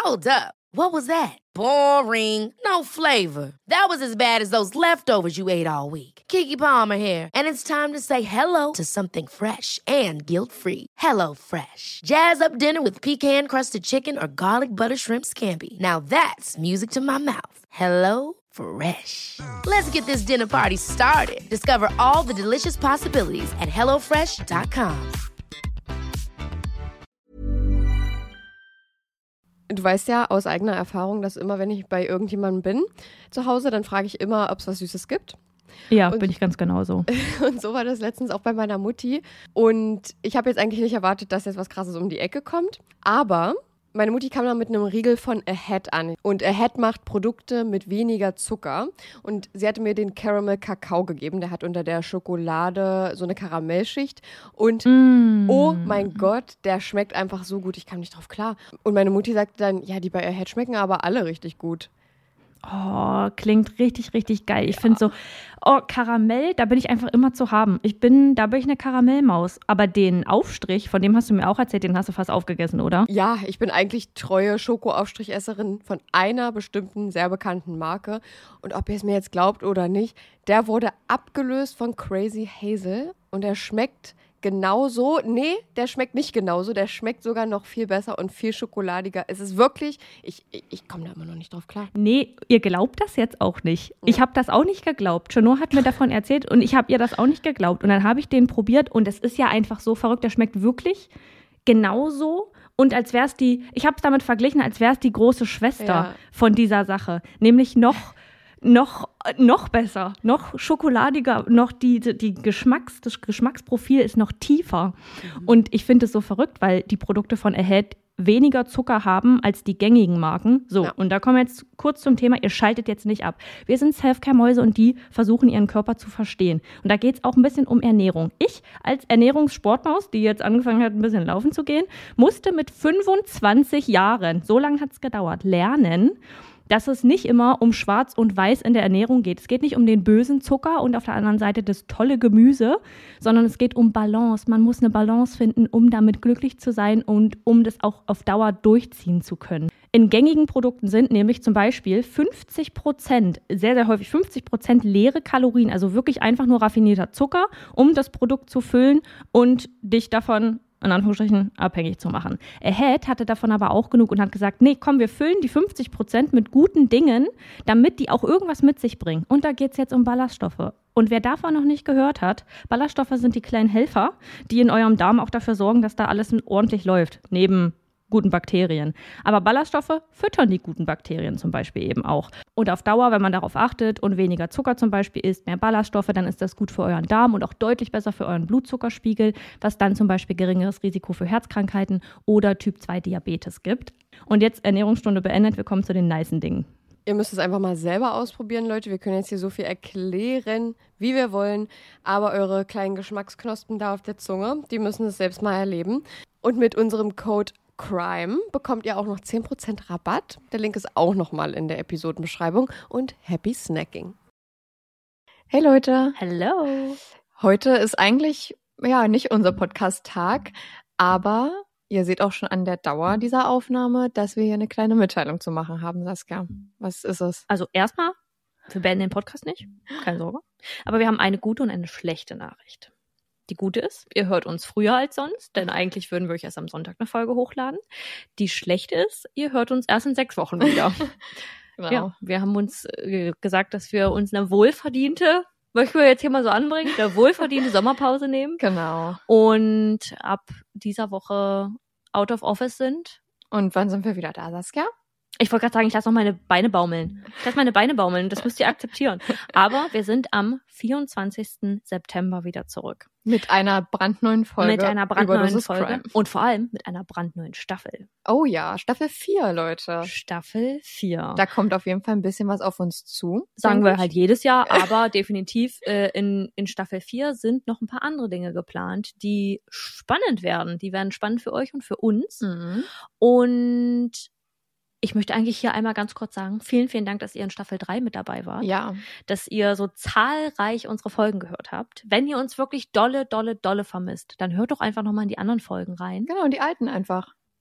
Hold up. What was that? Boring. No flavor. That was as bad as those leftovers you ate all week. Keke Palmer here, and it's time to say hello to something fresh and guilt-free. Hello Fresh. Jazz up dinner with pecan-crusted chicken or garlic butter shrimp scampi. Now that's music to my mouth. Hello Fresh. Let's get this dinner party started. Discover all the delicious possibilities at hellofresh.com. Du weißt ja aus eigener Erfahrung, dass immer, wenn ich bei irgendjemandem bin zu Hause, dann frage ich immer, ob es was Süßes gibt. Ja, bin ich ganz genauso. Und so war das letztens auch bei meiner Mutti. Und ich habe jetzt eigentlich nicht erwartet, dass jetzt was Krasses um die Ecke kommt. Aber meine Mutti kam dann mit einem Riegel von Ahead an. Und Ahead macht Produkte mit weniger Zucker. Und sie hatte mir den Caramel Kakao gegeben. Der hat unter der Schokolade so eine Karamellschicht. Und oh mein Gott, der schmeckt einfach so gut. Ich kam nicht drauf klar. Und meine Mutti sagte dann, ja, die bei Ahead schmecken aber alle richtig gut. Oh, klingt richtig, richtig geil. Ich finde so, Karamell, da bin ich einfach immer zu haben. Da bin ich eine Karamellmaus. Aber den Aufstrich, von dem hast du mir auch erzählt, den hast du fast aufgegessen, oder? Ja, ich bin eigentlich treue Schokoaufstrichesserin von einer bestimmten, sehr bekannten Marke. Und ob ihr es mir jetzt glaubt oder nicht, der wurde abgelöst von Crazy Hazel und der schmeckt genauso. Nee, der schmeckt nicht genauso. Der schmeckt sogar noch viel besser und viel schokoladiger. Es ist wirklich, ich komme da immer noch nicht drauf klar. Nee, ihr glaubt das jetzt auch nicht. Ich habe das auch nicht geglaubt. Chanot hat mir davon erzählt und ich habe ihr das auch nicht geglaubt. Und dann habe ich den probiert und es ist ja einfach so verrückt. Der schmeckt wirklich genauso. Und als wäre es ich habe es damit verglichen, als wäre es die große Schwester von dieser Sache. Nämlich noch besser, noch schokoladiger, noch das Geschmacksprofil ist noch tiefer. Und ich finde es so verrückt, weil die Produkte von Ahead weniger Zucker haben als die gängigen Marken. So, und da kommen wir jetzt kurz zum Thema, ihr schaltet jetzt nicht ab. Wir sind Selfcare-Mäuse und die versuchen, ihren Körper zu verstehen. Und da geht es auch ein bisschen um Ernährung. Ich als Ernährungssportmaus, die jetzt angefangen hat, ein bisschen laufen zu gehen, musste mit 25 Jahren, so lange hat es gedauert, lernen, dass es nicht immer um Schwarz und Weiß in der Ernährung geht. Es geht nicht um den bösen Zucker und auf der anderen Seite das tolle Gemüse, sondern es geht um Balance. Man muss eine Balance finden, um damit glücklich zu sein und um das auch auf Dauer durchziehen zu können. In gängigen Produkten sind nämlich zum Beispiel 50%, sehr, sehr häufig 50% leere Kalorien, also wirklich einfach nur raffinierter Zucker, um das Produkt zu füllen und dich davon in Anführungsstrichen abhängig zu machen. Ahead hatte davon aber auch genug und hat gesagt, nee, komm, wir füllen die 50% mit guten Dingen, damit die auch irgendwas mit sich bringen. Und da geht es jetzt um Ballaststoffe. Und wer davon noch nicht gehört hat, Ballaststoffe sind die kleinen Helfer, die in eurem Darm auch dafür sorgen, dass da alles ordentlich läuft, neben guten Bakterien. Aber Ballaststoffe füttern die guten Bakterien zum Beispiel eben auch. Und auf Dauer, wenn man darauf achtet und weniger Zucker zum Beispiel isst, mehr Ballaststoffe, dann ist das gut für euren Darm und auch deutlich besser für euren Blutzuckerspiegel, was dann zum Beispiel geringeres Risiko für Herzkrankheiten oder Typ-2-Diabetes gibt. Und jetzt Ernährungsstunde beendet, wir kommen zu den nicen Dingen. Ihr müsst es einfach mal selber ausprobieren, Leute. Wir können jetzt hier so viel erklären, wie wir wollen, aber eure kleinen Geschmacksknospen da auf der Zunge, die müssen es selbst mal erleben. Und mit unserem Code CRIME bekommt ihr auch noch 10% Rabatt. Der Link ist auch nochmal in der Episodenbeschreibung und happy snacking. Hey Leute. Hello. Heute ist eigentlich nicht unser Podcast-Tag, aber ihr seht auch schon an der Dauer dieser Aufnahme, dass wir hier eine kleine Mitteilung zu machen haben, Saskia. Was ist es? Also erstmal, wir beenden den Podcast nicht, keine Sorge. Aber wir haben eine gute und eine schlechte Nachricht. Die gute ist, ihr hört uns früher als sonst, denn eigentlich würden wir euch erst am Sonntag eine Folge hochladen. Die schlechte ist, ihr hört uns erst in 6 Wochen wieder. Genau. Ja, wir haben uns gesagt, dass wir uns eine wohlverdiente, möchten wir jetzt hier mal so anbringen, eine wohlverdiente Sommerpause nehmen. Genau. Und ab dieser Woche out of office sind. Und wann sind wir wieder da, Saskia? Ich wollte gerade sagen, ich lasse noch meine Beine baumeln. Das müsst ihr akzeptieren. Aber wir sind am 24. September wieder zurück. Mit einer brandneuen Folge. Folge. Und vor allem mit einer brandneuen Staffel. Oh ja, Staffel 4, Leute. Staffel 4. Da kommt auf jeden Fall ein bisschen was auf uns zu. Sagen wir halt jedes Jahr, aber definitiv in Staffel 4 sind noch ein paar andere Dinge geplant, die spannend werden. Die werden spannend für euch und für uns. Mhm. Und ich möchte eigentlich hier einmal ganz kurz sagen, vielen, vielen Dank, dass ihr in Staffel 3 mit dabei wart. Ja. Dass ihr so zahlreich unsere Folgen gehört habt. Wenn ihr uns wirklich dolle vermisst, dann hört doch einfach nochmal in die anderen Folgen rein. Genau, die alten einfach.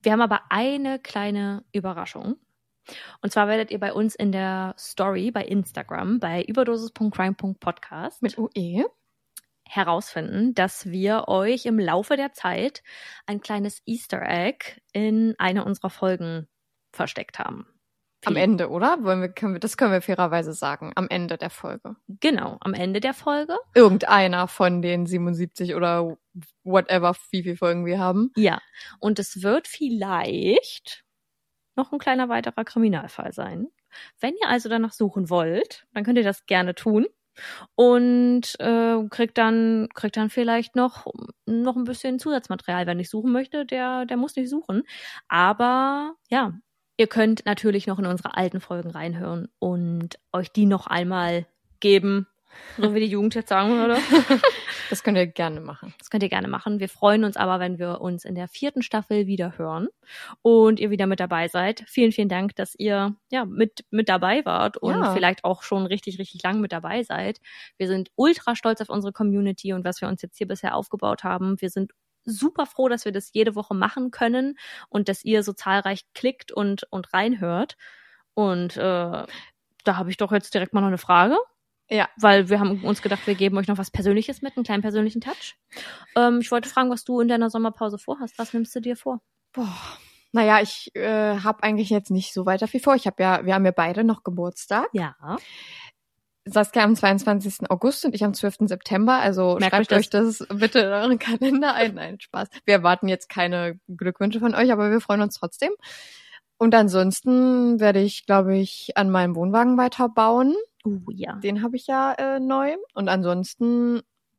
Wir haben aber eine kleine Überraschung. Und zwar werdet ihr bei uns in der Story bei Instagram, bei überdosis.crime.podcast Mit UE. herausfinden, dass wir euch im Laufe der Zeit ein kleines Easter Egg in eine unserer Folgen versteckt haben. Am Ende, oder? Das können wir fairerweise sagen. Am Ende der Folge. Genau, am Ende der Folge. Irgendeiner von den 77 oder whatever, wie viele Folgen wir haben. Ja, und es wird vielleicht noch ein kleiner weiterer Kriminalfall sein. Wenn ihr also danach suchen wollt, dann könnt ihr das gerne tun. Und kriegt dann vielleicht noch ein bisschen Zusatzmaterial. Wer nicht suchen möchte, der muss nicht suchen. Aber ja, ihr könnt natürlich noch in unsere alten Folgen reinhören und euch die noch einmal geben, so wie die Jugend jetzt sagen würde. Das könnt ihr gerne machen. Das könnt ihr gerne machen. Wir freuen uns aber, wenn wir uns in der 4. Staffel wieder hören und ihr wieder mit dabei seid. Vielen, vielen Dank, dass ihr ja mit dabei wart und vielleicht auch schon richtig, richtig lang mit dabei seid. Wir sind ultra stolz auf unsere Community und was wir uns jetzt hier bisher aufgebaut haben. Wir sind super froh, dass wir das jede Woche machen können und dass ihr so zahlreich klickt und reinhört. Und da habe ich doch jetzt direkt mal noch eine Frage. Ja. Weil wir haben uns gedacht, wir geben euch noch was Persönliches mit, einen kleinen persönlichen Touch. Ich wollte fragen, was du in deiner Sommerpause vorhast. Was nimmst du dir vor? Naja, ich habe eigentlich jetzt nicht so weiter viel vor. Wir haben ja beide noch Geburtstag. Ja. Saskia am 22. August und ich am 12. September. Also schreibt euch das bitte in euren Kalender ein. Nein, Spaß. Wir erwarten jetzt keine Glückwünsche von euch, aber wir freuen uns trotzdem. Und ansonsten werde ich, glaube ich, an meinem Wohnwagen weiterbauen. Ja. Den habe ich ja neu. Und ansonsten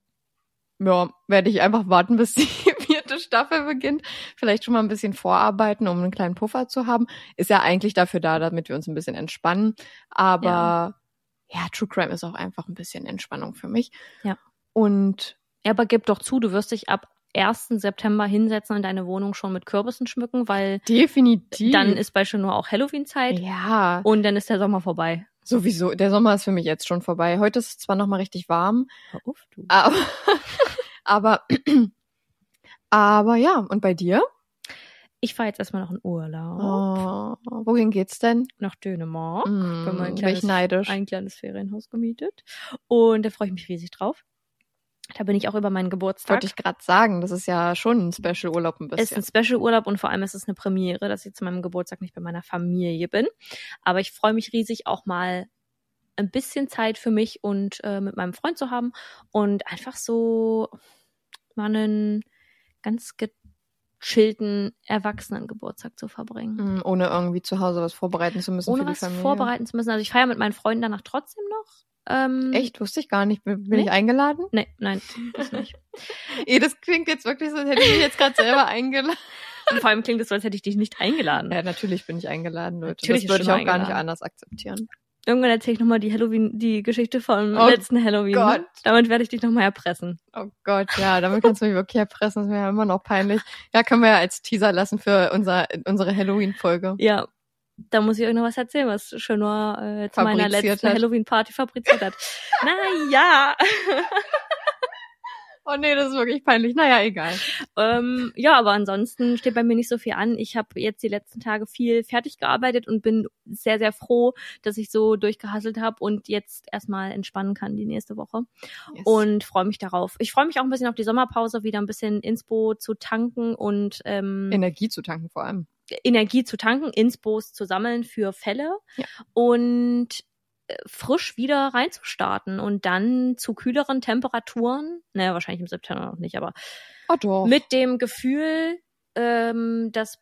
werde ich einfach warten, bis die 4. Staffel beginnt. Vielleicht schon mal ein bisschen vorarbeiten, um einen kleinen Puffer zu haben. Ist ja eigentlich dafür da, damit wir uns ein bisschen entspannen. Aber ja, True Crime ist auch einfach ein bisschen Entspannung für mich. Ja. Und aber gib doch zu, du wirst dich ab 1. September hinsetzen und deine Wohnung schon mit Kürbissen schmücken, weil definitiv. Dann ist bei schon auch Halloween-Zeit. Ja. Und dann ist der Sommer vorbei. Sowieso, der Sommer ist für mich jetzt schon vorbei. Heute ist es zwar noch mal richtig warm, du. aber ja, und bei dir? Ich fahre jetzt erstmal noch in Urlaub. Wohin geht's denn? Nach Dänemark. Bin ich neidisch. Ein kleines Ferienhaus gemietet. Und da freue ich mich riesig drauf. Da bin ich auch über meinen Geburtstag. Wollte ich gerade sagen, das ist ja schon ein Special-Urlaub ein bisschen. Es ist ein Special-Urlaub und vor allem ist es eine Premiere, dass ich zu meinem Geburtstag nicht bei meiner Familie bin. Aber ich freue mich riesig, auch mal ein bisschen Zeit für mich und mit meinem Freund zu haben und einfach so mal einen ganz gechillten Erwachsenengeburtstag zu verbringen. Ohne irgendwie zu Hause was vorbereiten zu müssen für die Familie. Ohne was vorbereiten zu müssen. Also ich feiere mit meinen Freunden danach trotzdem noch. Echt? Wusste ich gar nicht. Bin ich eingeladen? Nein, das nicht. Das klingt jetzt wirklich so, als hätte ich mich jetzt gerade selber eingeladen. Und vor allem klingt es so, als hätte ich dich nicht eingeladen. Ja, natürlich bin ich eingeladen, Leute. Natürlich das würde ich auch gar nicht anders akzeptieren. Irgendwann erzähle ich nochmal die Geschichte vom letzten Halloween. Gott. Damit werde ich dich nochmal erpressen. Oh Gott, ja, damit kannst du mich wirklich erpressen. Das ist mir ja immer noch peinlich. Ja, können wir ja als Teaser lassen für unsere Halloween-Folge. Ja. Da muss ich euch noch was erzählen, was Schönor zu meiner letzten Halloween-Party fabriziert hat. Naja. Oh nee, das ist wirklich peinlich. Naja, egal. Ja, aber ansonsten steht bei mir nicht so viel an. Ich habe jetzt die letzten Tage viel fertig gearbeitet und bin sehr, sehr froh, dass ich so durchgehasselt habe und jetzt erstmal entspannen kann die nächste Woche. Yes. Und freue mich darauf. Ich freue mich auch ein bisschen auf die Sommerpause, wieder ein bisschen Inspo zu tanken und Energie zu tanken vor allem. Energie zu tanken, Inspos zu sammeln für Fälle und frisch wieder reinzustarten und dann zu kühleren Temperaturen, naja, wahrscheinlich im September noch nicht, aber mit dem Gefühl, dass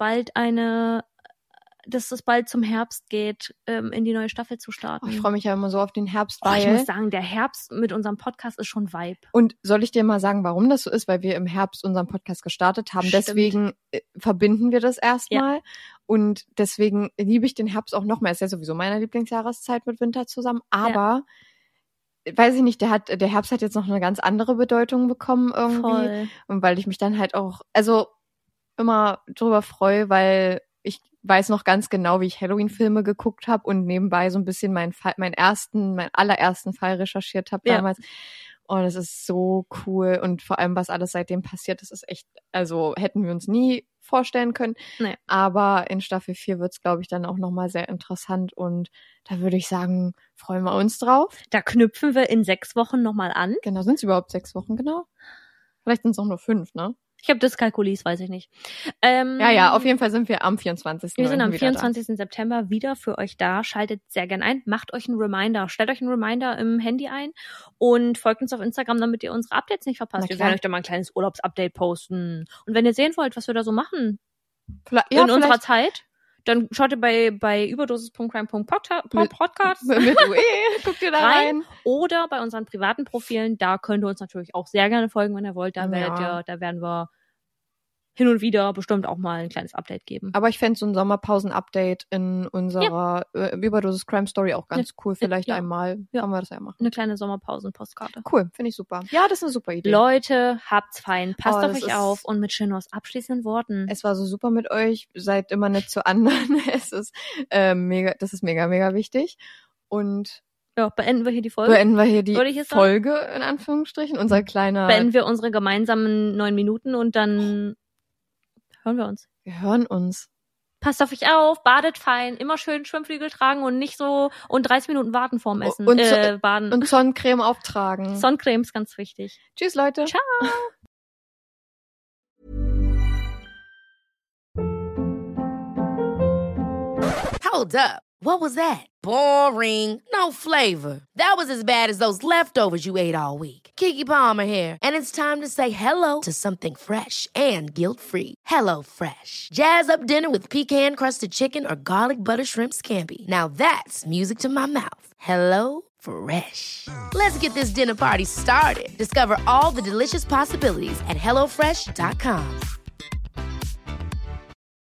es bald zum Herbst geht, in die neue Staffel zu starten. Ich freue mich ja immer so auf den Herbst, weil... ich muss sagen, der Herbst mit unserem Podcast ist schon Vibe. Und soll ich dir mal sagen, warum das so ist? Weil wir im Herbst unseren Podcast gestartet haben. Stimmt. Deswegen verbinden wir das erstmal. Ja. Und deswegen liebe ich den Herbst auch noch mehr. Ist ja sowieso meine Lieblingsjahreszeit mit Winter zusammen. Aber, weiß ich nicht, der Herbst hat jetzt noch eine ganz andere Bedeutung bekommen irgendwie. Voll. Und weil ich mich dann halt auch, immer drüber freue, weil ich weiß noch ganz genau, wie ich Halloween-Filme geguckt habe und nebenbei so ein bisschen meinen allerersten Fall recherchiert habe damals. Und es ist so cool. Und vor allem, was alles seitdem passiert, das ist echt, also hätten wir uns nie vorstellen können. Nee. Aber in Staffel 4 wird es, glaube ich, dann auch nochmal sehr interessant. Und da würde ich sagen, freuen wir uns drauf. Da knüpfen wir in 6 Wochen nochmal an. Genau, sind es überhaupt 6 Wochen, genau? Vielleicht sind es auch nur 5, ne? Ich habe das Kalkulis, weiß ich nicht. Ja, auf jeden Fall sind wir am 24. Wir sind am wieder 24. September wieder für euch da. Schaltet sehr gern ein. Macht euch einen Reminder. Stellt euch einen Reminder im Handy ein und folgt uns auf Instagram, damit ihr unsere Updates nicht verpasst. Wir werden euch da mal ein kleines Urlaubsupdate posten. Und wenn ihr sehen wollt, was wir da so machen in unserer Zeit, dann schaut ihr bei überdosis.crime.podcast mit UE, guckt ihr da rein. Oder bei unseren privaten Profilen, da könnt ihr uns natürlich auch sehr gerne folgen, wenn ihr wollt. Da werden wir hin und wieder bestimmt auch mal ein kleines Update geben. Aber ich fände so ein Sommerpausen-Update in unserer Überdosis Crime Story auch ganz cool. Vielleicht einmal kann man das ja machen. Eine kleine Sommerpausen-Postkarte. Cool, finde ich super. Ja, das ist eine super Idee. Leute, habt's fein. Passt auf euch auf und mit Shinos abschließenden Worten. Es war so super mit euch. Seid immer nett zu anderen. Es ist mega, das ist mega, mega wichtig. Und ja, beenden wir hier die Folge. Beenden in Anführungsstrichen. Beenden wir unsere gemeinsamen 9 Minuten und dann hören wir uns. Wir hören uns. Passt auf euch auf, badet fein, immer schön Schwimmflügel tragen und nicht so und 30 Minuten warten vorm Essen. Baden. Und Sonnencreme auftragen. Sonnencreme ist ganz wichtig. Tschüss, Leute. Ciao. Hold up. What was that? Boring. No flavor. That was as bad as those leftovers you ate all week. Keke Palmer here, and it's time to say hello to something fresh and guilt-free. HelloFresh. Jazz up dinner with pecan-crusted chicken or garlic butter shrimp scampi. Now that's music to my mouth. HelloFresh. Let's get this dinner party started. Discover all the delicious possibilities at HelloFresh.com.